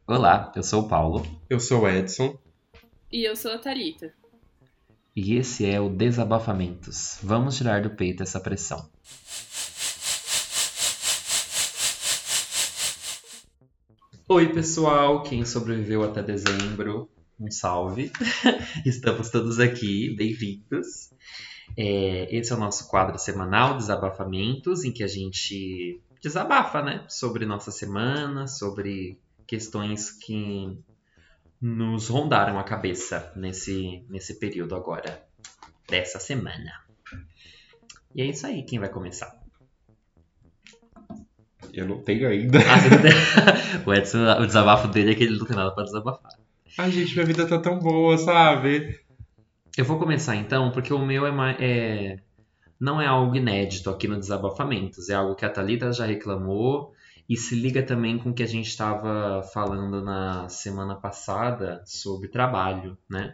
Olá, eu sou o Paulo Eu sou o Edson. E eu sou a Thalita. e esse é o Desabafamentos. Vamos tirar do peito essa pressão. Oi, pessoal, quem sobreviveu até dezembro, um salve. Estamos todos aqui, bem-vindos. Esse é o nosso quadro semanal, Desabafamentos, em que a gente desabafa, né? Sobre nossa semana, sobre questões que nos rondaram a cabeça nesse período agora, dessa semana. E é isso aí, quem vai começar? Eu não tenho ainda. O Edson, o desabafo dele é que ele não tem nada pra desabafar. Ai, gente, minha vida tá tão boa, sabe? Eu vou começar então, porque o meu não é algo inédito aqui no Desabafamentos. É algo que a Thalita já reclamou e se liga também com o que a gente estava falando na semana passada sobre trabalho, né?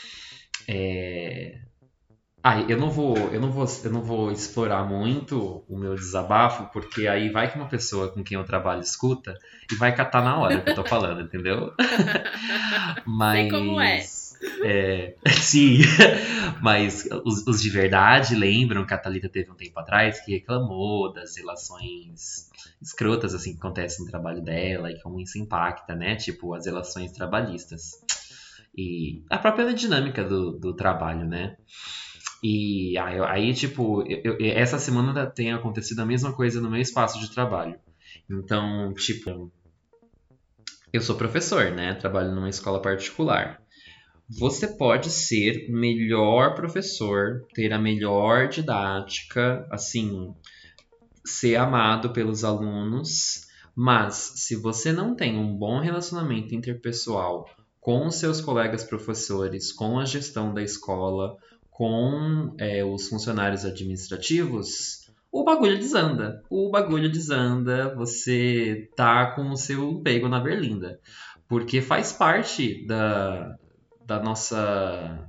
Eu não vou explorar muito o meu desabafo, porque aí vai que uma pessoa com quem eu trabalho escuta e vai catar na hora que eu tô falando, entendeu? Sei como é. Sim, mas os de verdade lembram que a Thalita teve um tempo atrás que reclamou das relações escrotas assim que acontecem no trabalho dela e como isso impacta, né? Tipo, as relações trabalhistas e a própria dinâmica do trabalho, né? E aí, tipo, essa semana tem acontecido a mesma coisa no meu espaço de trabalho. Então, tipo, eu sou professor, né? Trabalho numa escola particular. Você pode ser o melhor professor, ter a melhor didática, assim, ser amado pelos alunos, mas se você não tem um bom relacionamento interpessoal com os seus colegas professores, com a gestão da escola, com os funcionários administrativos, o bagulho desanda. O bagulho desanda, você tá com o seu pego na berlinda. Porque faz parte da nossa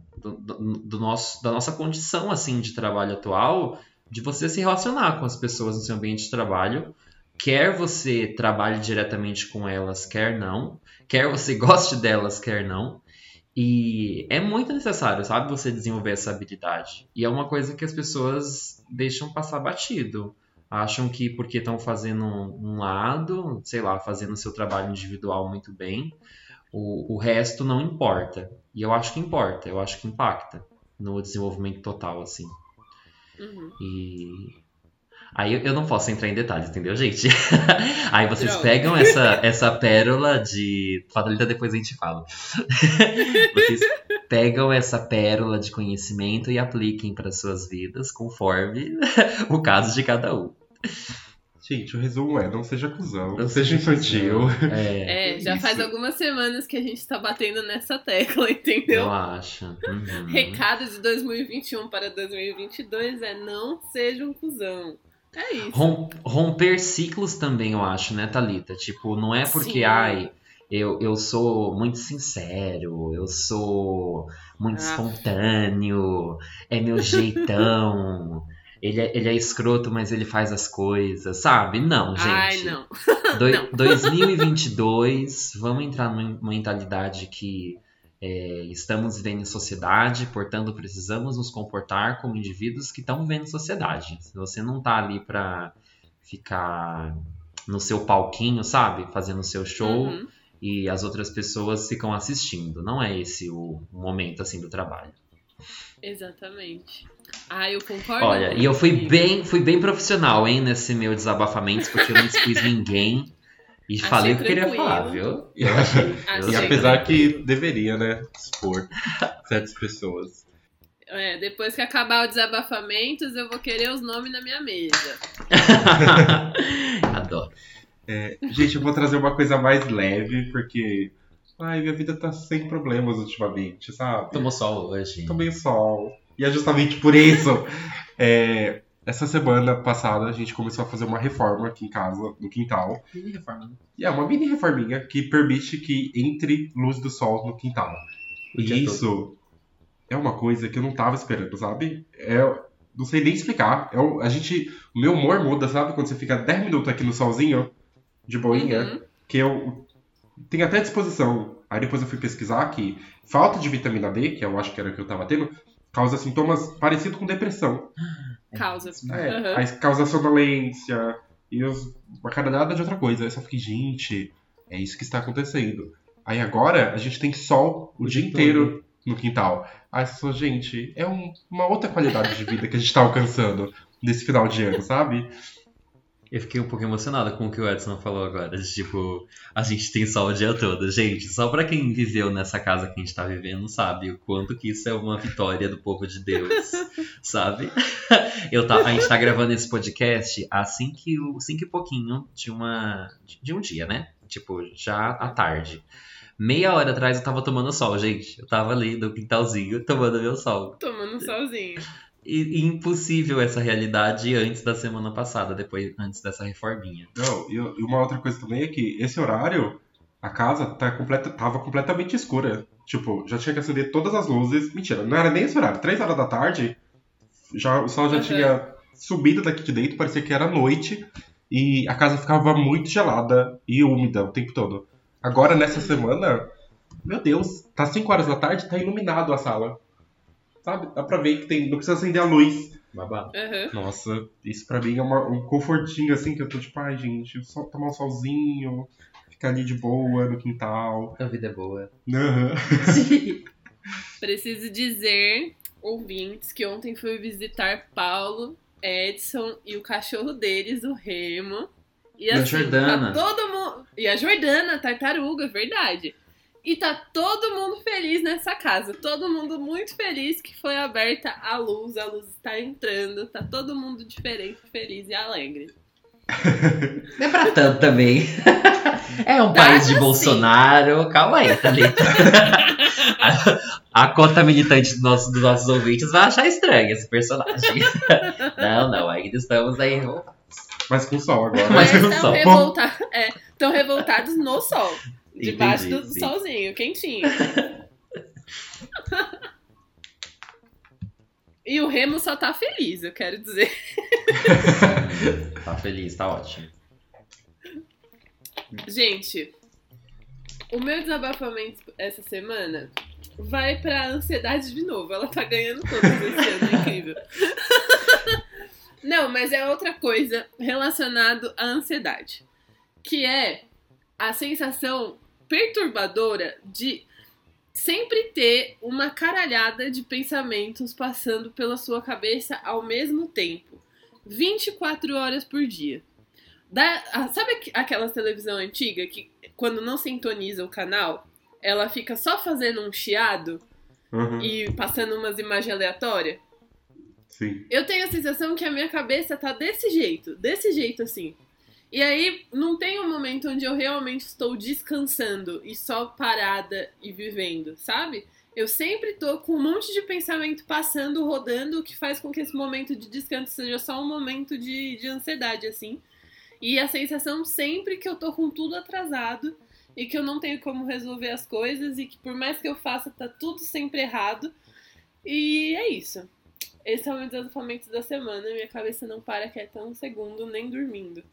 da nossa condição assim de trabalho atual, de você se relacionar com as pessoas no seu ambiente de trabalho, quer você trabalhe diretamente com elas, quer não, quer você goste delas, quer não. E é muito necessário, sabe, você desenvolver essa habilidade. E é uma coisa que as pessoas deixam passar batido. Acham que porque estão fazendo um lado, sei lá, fazendo o seu trabalho individual muito bem, o resto não importa. E eu acho que importa, eu acho que impacta no desenvolvimento total, assim. Uhum. E aí eu não posso entrar em detalhes, entendeu, gente? Aí vocês Droga. pegam essa pérola de... Fatalita, depois a gente fala. Vocês pegam essa pérola de conhecimento e apliquem para suas vidas conforme o caso de cada um. Gente, o resumo é, não seja cuzão, Não seja infantil. Já faz Isso. algumas semanas que a gente tá batendo nessa tecla, entendeu? Eu acho. Uhum. Recado de 2021 para 2022 é não seja um cuzão. É isso. Romper ciclos também, eu acho, né, Thalita? Tipo, não é porque, Sim. eu sou muito sincero, eu sou muito espontâneo, é meu jeitão, ele é escroto, mas ele faz as coisas, sabe? Não, gente. Ai, não. 2022, vamos entrar numa mentalidade que estamos vivendo em sociedade, portanto precisamos nos comportar como indivíduos que estão vivendo em sociedade. Se você não tá ali pra ficar no seu palquinho, sabe? Fazendo o seu show Uhum. e as outras pessoas ficam assistindo. Não é esse o momento, assim, do trabalho. Exatamente. Eu concordo. Olha, e eu fui bem profissional, hein, nesse meu desabafamento, porque eu não expus ninguém. E Achei falei o que eu queria tranquilo. falar, viu? Eu achei. Achei. E apesar que deveria, né, expor certas pessoas. Depois que acabar o desabafamentos, eu vou querer os nomes na minha mesa. Adoro. Gente, eu vou trazer uma coisa mais leve, porque... Ai, minha vida tá sem problemas ultimamente, sabe? Tomou sol hoje. Tomei sol. E é justamente por isso. Essa semana passada a gente começou a fazer uma reforma aqui em casa, no quintal. Mini reforma, né? E é uma mini reforminha que permite que entre luz do sol no quintal. O dia E isso é uma coisa que eu não tava esperando, sabe? Não sei nem explicar. O meu humor muda, sabe? Quando você fica 10 minutos aqui no solzinho, de boinha. Uhum. Que tem até disposição. Aí depois eu fui pesquisar que falta de vitamina D, que eu acho que era o que eu tava tendo, causa sintomas parecidos com depressão. Causa. Aí causa sonolência e uma caralhada de outra coisa. Aí eu só fiquei, gente, é isso que está acontecendo. Aí agora a gente tem sol o dia inteiro no quintal. Aí você falou, gente, é uma outra qualidade de vida que a gente tá alcançando nesse final de ano, sabe? Eu fiquei um pouco emocionada com o que o Edson falou agora. Tipo, a gente tem sol o dia todo. Gente, só pra quem viveu nessa casa que a gente tá vivendo sabe o quanto que isso é uma vitória do povo de Deus, sabe? A gente tá gravando esse podcast assim que pouquinho de um dia, né? Tipo, já à tarde. Meia hora atrás eu tava tomando sol, gente. Eu tava ali no quintalzinho tomando meu sol. Tomando um solzinho. E impossível essa realidade antes da semana passada, antes dessa reforminha. Não, e uma outra coisa também é que esse horário, a casa tava completamente escura. Tipo, já tinha que acender todas as luzes. Mentira, não era nem esse horário. 3 horas da tarde, o sol já tinha subido daqui de dentro, parecia que era noite. E a casa ficava muito gelada e úmida o tempo todo. Agora, nessa semana, meu Deus, tá 5 horas da tarde, tá iluminado a sala. Sabe? Dá pra ver que não precisa acender a luz. Babado. Nossa, isso pra mim é um confortinho, assim, que eu tô tipo, ai, gente, só tomar um solzinho, ficar ali de boa no quintal. A vida é boa. Preciso dizer, ouvintes, que ontem fui visitar Paulo, Edson e o cachorro deles, o Remo. E a Jordana. Tá todo mundo... E a Jordana, a tartaruga, verdade. E tá todo mundo feliz nessa casa. Todo mundo muito feliz que foi aberta a luz está entrando. Tá todo mundo diferente, feliz e alegre. Não é pra tanto também. É um país de Bolsonaro. Calma aí, Thalita. A cota militante dos nossos ouvintes vai achar estranho esse personagem. Não, ainda estamos aí. Mas com sol agora. Mas estão revoltados no sol. Debaixo do solzinho, quentinho. E o Remo só tá feliz, eu quero dizer. Tá feliz, tá ótimo. Gente, o meu desabafamento essa semana vai pra ansiedade de novo. Ela tá ganhando todas esse ano, é incrível. Não, mas é outra coisa relacionada à ansiedade. Que é a sensação perturbadora de sempre ter uma caralhada de pensamentos passando pela sua cabeça ao mesmo tempo. 24 horas por dia. Sabe aquelas televisão antiga que quando não sintoniza o canal, ela fica só fazendo um chiado e passando umas imagens aleatórias? Sim. Eu tenho a sensação que a minha cabeça tá desse jeito assim. E aí, não tem um momento onde eu realmente estou descansando e só parada e vivendo, sabe? Eu sempre tô com um monte de pensamento passando, rodando, o que faz com que esse momento de descanso seja só um momento de ansiedade, assim. E a sensação sempre que eu tô com tudo atrasado e que eu não tenho como resolver as coisas e que por mais que eu faça, tá tudo sempre errado. E é isso. Esse é o meu desabafamento da semana. Minha cabeça não para quieta um segundo, nem dormindo.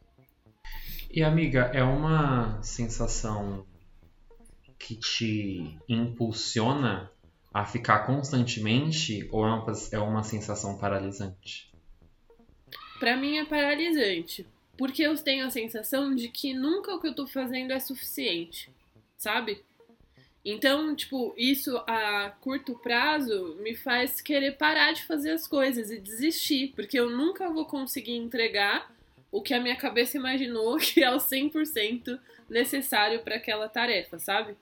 E amiga, é uma sensação que te impulsiona a ficar constantemente ou é uma sensação paralisante? Pra mim é paralisante, porque eu tenho a sensação de que nunca o que eu tô fazendo é suficiente, sabe? Então, tipo, isso a curto prazo me faz querer parar de fazer as coisas e desistir, porque eu nunca vou conseguir entregar o que a minha cabeça imaginou que é o 100% necessário para aquela tarefa, sabe?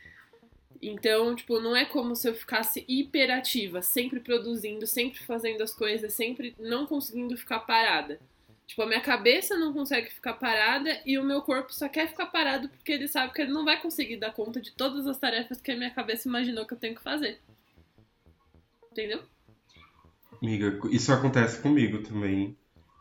Então, tipo, não é como se eu ficasse hiperativa, sempre produzindo, sempre fazendo as coisas, sempre não conseguindo ficar parada. Tipo, a minha cabeça não consegue ficar parada e o meu corpo só quer ficar parado porque ele sabe que ele não vai conseguir dar conta de todas as tarefas que a minha cabeça imaginou que eu tenho que fazer. Entendeu? Amiga, isso acontece comigo também.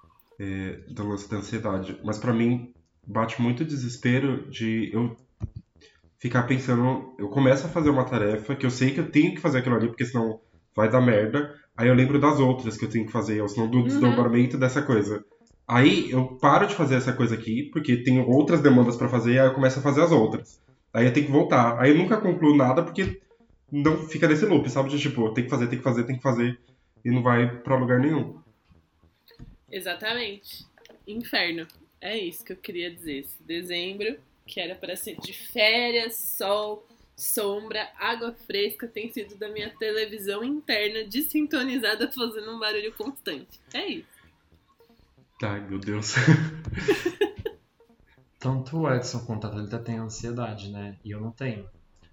Do lance da ansiedade. Mas pra mim, bate muito desespero de eu ficar pensando... Eu começo a fazer uma tarefa que eu sei que eu tenho que fazer aquilo ali, porque senão vai dar merda. Aí eu lembro das outras que eu tenho que fazer, ou senão do desdobramento dessa coisa. Aí eu paro de fazer essa coisa aqui, porque tenho outras demandas pra fazer, aí eu começo a fazer as outras. Aí eu tenho que voltar. Aí eu nunca concluo nada, porque não fica nesse loop, sabe? De tipo, tem que fazer, tem que fazer, tem que fazer, e não vai pra lugar nenhum. Exatamente. Inferno. É isso que eu queria dizer. Esse dezembro, que era para ser de férias, sol, sombra, água fresca, tem sido da minha televisão interna desintonizada fazendo um barulho constante. É isso. Ai, meu Deus. Tanto o Edson quanto a Thalita têm ansiedade, né? E eu não tenho.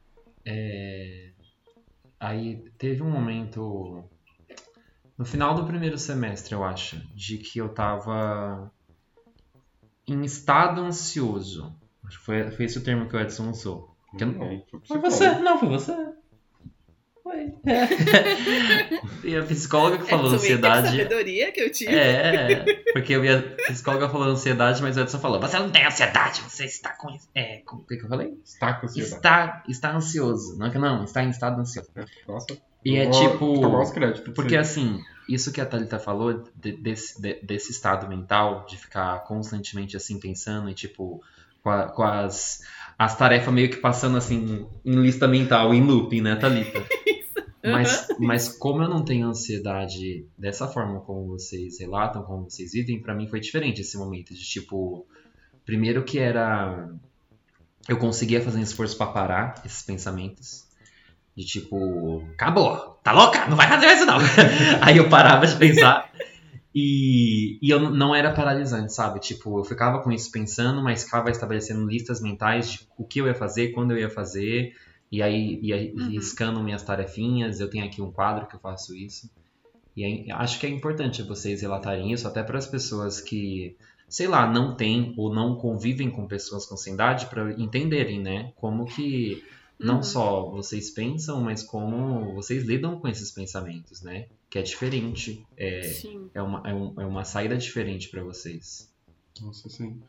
Aí teve um momento, no final do primeiro semestre, eu acho, de que eu tava em estado ansioso. Acho que foi esse o termo que o Edson usou. Que eu não- Não, Foi você, não, foi você. Foi. E a psicóloga que falou Edson, eita, que ansiedade. sabedoria que eu tive. Porque eu vi a psicóloga falando ansiedade, mas o Edson falou: você não tem ansiedade, você está com. O que eu falei? Está com ansiedade. Está ansioso. Não é que não, está em estado ansioso. Nossa. E é Vou tipo. tomar os créditos. Porque assim, isso que a Thalita falou, desse estado mental, de ficar constantemente assim pensando e tipo, com as tarefas meio que passando assim em lista mental, em looping, né, Thalita? Mas como eu não tenho ansiedade dessa forma como vocês relatam, como vocês vivem, pra mim foi diferente esse momento de tipo, primeiro que era eu conseguia fazer um esforço pra parar esses pensamentos de tipo, acabou, tá louca? Não vai fazer isso não. Aí eu parava de pensar e eu não era paralisante, sabe? Tipo, eu ficava com isso pensando, mas ficava estabelecendo listas mentais de o que eu ia fazer, quando eu ia fazer. E aí ia riscando minhas tarefinhas, eu tenho aqui um quadro que eu faço isso. E aí, acho que é importante vocês relatarem isso, até para as pessoas que, sei lá, não têm ou não convivem com pessoas com ansiedade, para entenderem, né? Como que não só vocês pensam, mas como vocês lidam com esses pensamentos, né? Que é diferente, Sim. é uma saída diferente para vocês. Nossa, sim.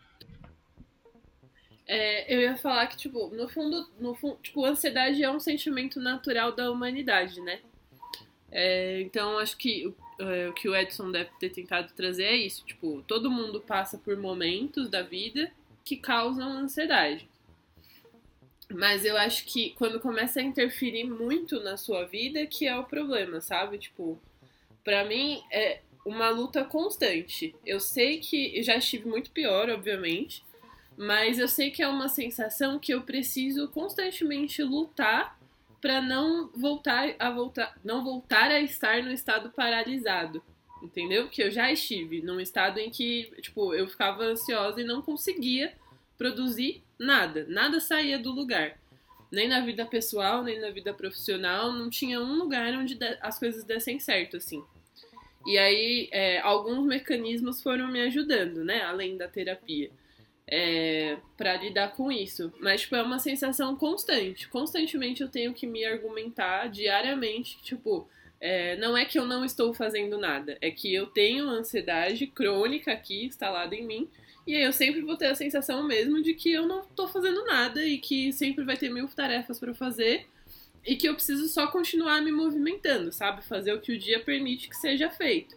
Eu ia falar que, tipo, no fundo, tipo, a ansiedade é um sentimento natural da humanidade, né? Então, acho que o que o Edson deve ter tentado trazer é isso. Tipo, todo mundo passa por momentos da vida que causam ansiedade. Mas eu acho que quando começa a interferir muito na sua vida, que é o problema, sabe? Tipo, pra mim é uma luta constante. Eu sei que eu já estive muito pior, obviamente, mas eu sei que é uma sensação que eu preciso constantemente lutar pra não voltar a estar no estado paralisado. Entendeu? Que eu já estive num estado em que, tipo, eu ficava ansiosa e não conseguia produzir nada. Nada saía do lugar. Nem na vida pessoal, nem na vida profissional. Não tinha um lugar onde as coisas dessem certo, assim. E aí, alguns mecanismos foram me ajudando, né? Além da terapia. Pra lidar com isso. Mas, tipo, é uma sensação constante. Constantemente eu tenho que me argumentar diariamente, tipo... não é que eu não estou fazendo nada, é que eu tenho ansiedade crônica aqui instalada em mim, e aí eu sempre vou ter a sensação mesmo de que eu não estou fazendo nada e que sempre vai ter 1000 tarefas para fazer e que eu preciso só continuar me movimentando, sabe? Fazer o que o dia permite que seja feito.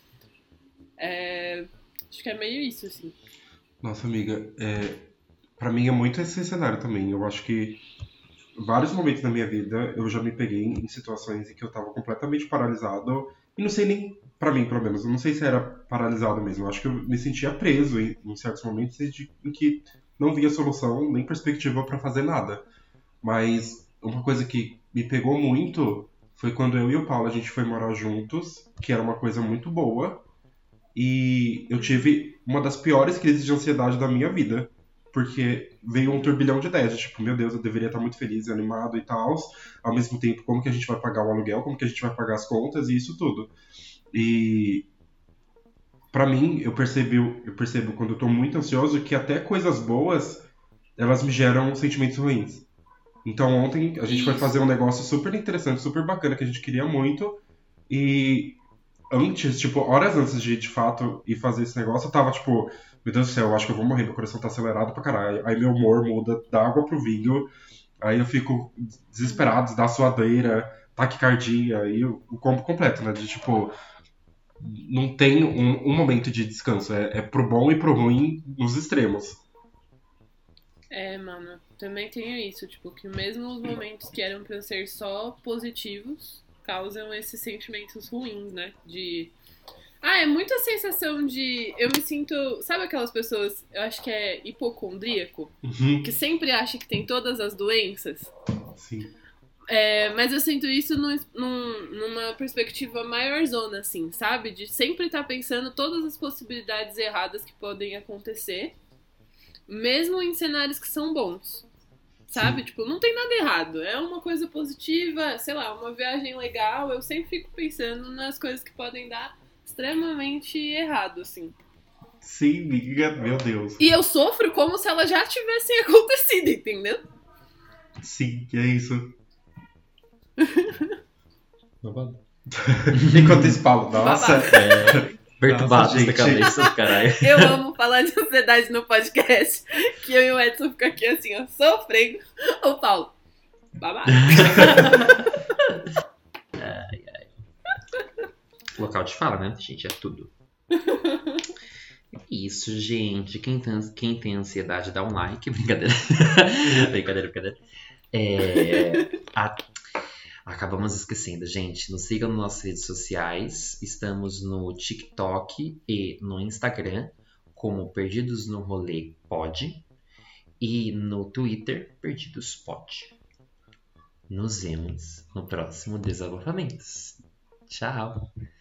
Acho que é meio isso, assim. Nossa, amiga, pra mim é muito esse cenário também. Eu acho que vários momentos na minha vida eu já me peguei em situações em que eu tava completamente paralisado. E não sei nem, pra mim pelo menos, eu não sei se era paralisado mesmo. Eu acho que eu me sentia preso em certos momentos em que não via solução nem perspectiva pra fazer nada. Mas uma coisa que me pegou muito foi quando eu e o Paulo a gente foi morar juntos, que era uma coisa muito boa. E eu tive uma das piores crises de ansiedade da minha vida. Porque veio um turbilhão de ideias, de, tipo, meu Deus, eu deveria estar muito feliz e animado e tal. Ao mesmo tempo, como que a gente vai pagar o aluguel, como que a gente vai pagar as contas e isso tudo. E pra mim, eu percebo quando eu tô muito ansioso que até coisas boas, elas me geram sentimentos ruins. Então ontem a gente foi fazer um negócio super interessante, super bacana, que a gente queria muito. E antes, tipo, horas antes de fato ir fazer esse negócio, eu tava, tipo, meu Deus do céu, eu acho que eu vou morrer, meu coração tá acelerado pra caralho. Aí meu humor muda da água pro vinho, aí eu fico desesperado, dá suadeira, taquicardia, e o combo completo, né? De, tipo, não tem um momento de descanso. É pro bom e pro ruim nos extremos. Mano, também tenho isso, tipo, que mesmo os momentos que eram pra ser só positivos causam esses sentimentos ruins, né? É muita sensação de. Eu me sinto. Sabe aquelas pessoas, eu acho que é hipocondríaco? Uhum. Que sempre acha que tem todas as doenças? Sim. Mas eu sinto isso numa perspectiva maiorzona, assim, sabe? De sempre estar pensando todas as possibilidades erradas que podem acontecer, mesmo em cenários que são bons, sabe? Sim. Tipo, não tem nada errado, é uma coisa positiva, sei lá, uma viagem legal, eu sempre fico pensando nas coisas que podem dar extremamente errado, assim. Sim, amiga, meu Deus. E eu sofro como se elas já tivessem acontecido, entendeu? Sim, que é isso. Enquanto isso, Paulo, nossa. Perturbados da gente. cabeça, caralho. Eu amo falar de ansiedade no podcast, que eu e o Edson ficam aqui assim, ó, sofrendo. Ô, Paulo, babado. Local de fala, né, gente? É tudo. Isso, gente. Quem tem ansiedade, dá um like. Brincadeira. Brincadeira. Acabamos esquecendo, gente. Nos sigam nas nossas redes sociais. Estamos no TikTok e no Instagram como Perdidos no Rolê Pod. E no Twitter, Perdidos Pod. Nos vemos no próximo Desabafamentos. Tchau!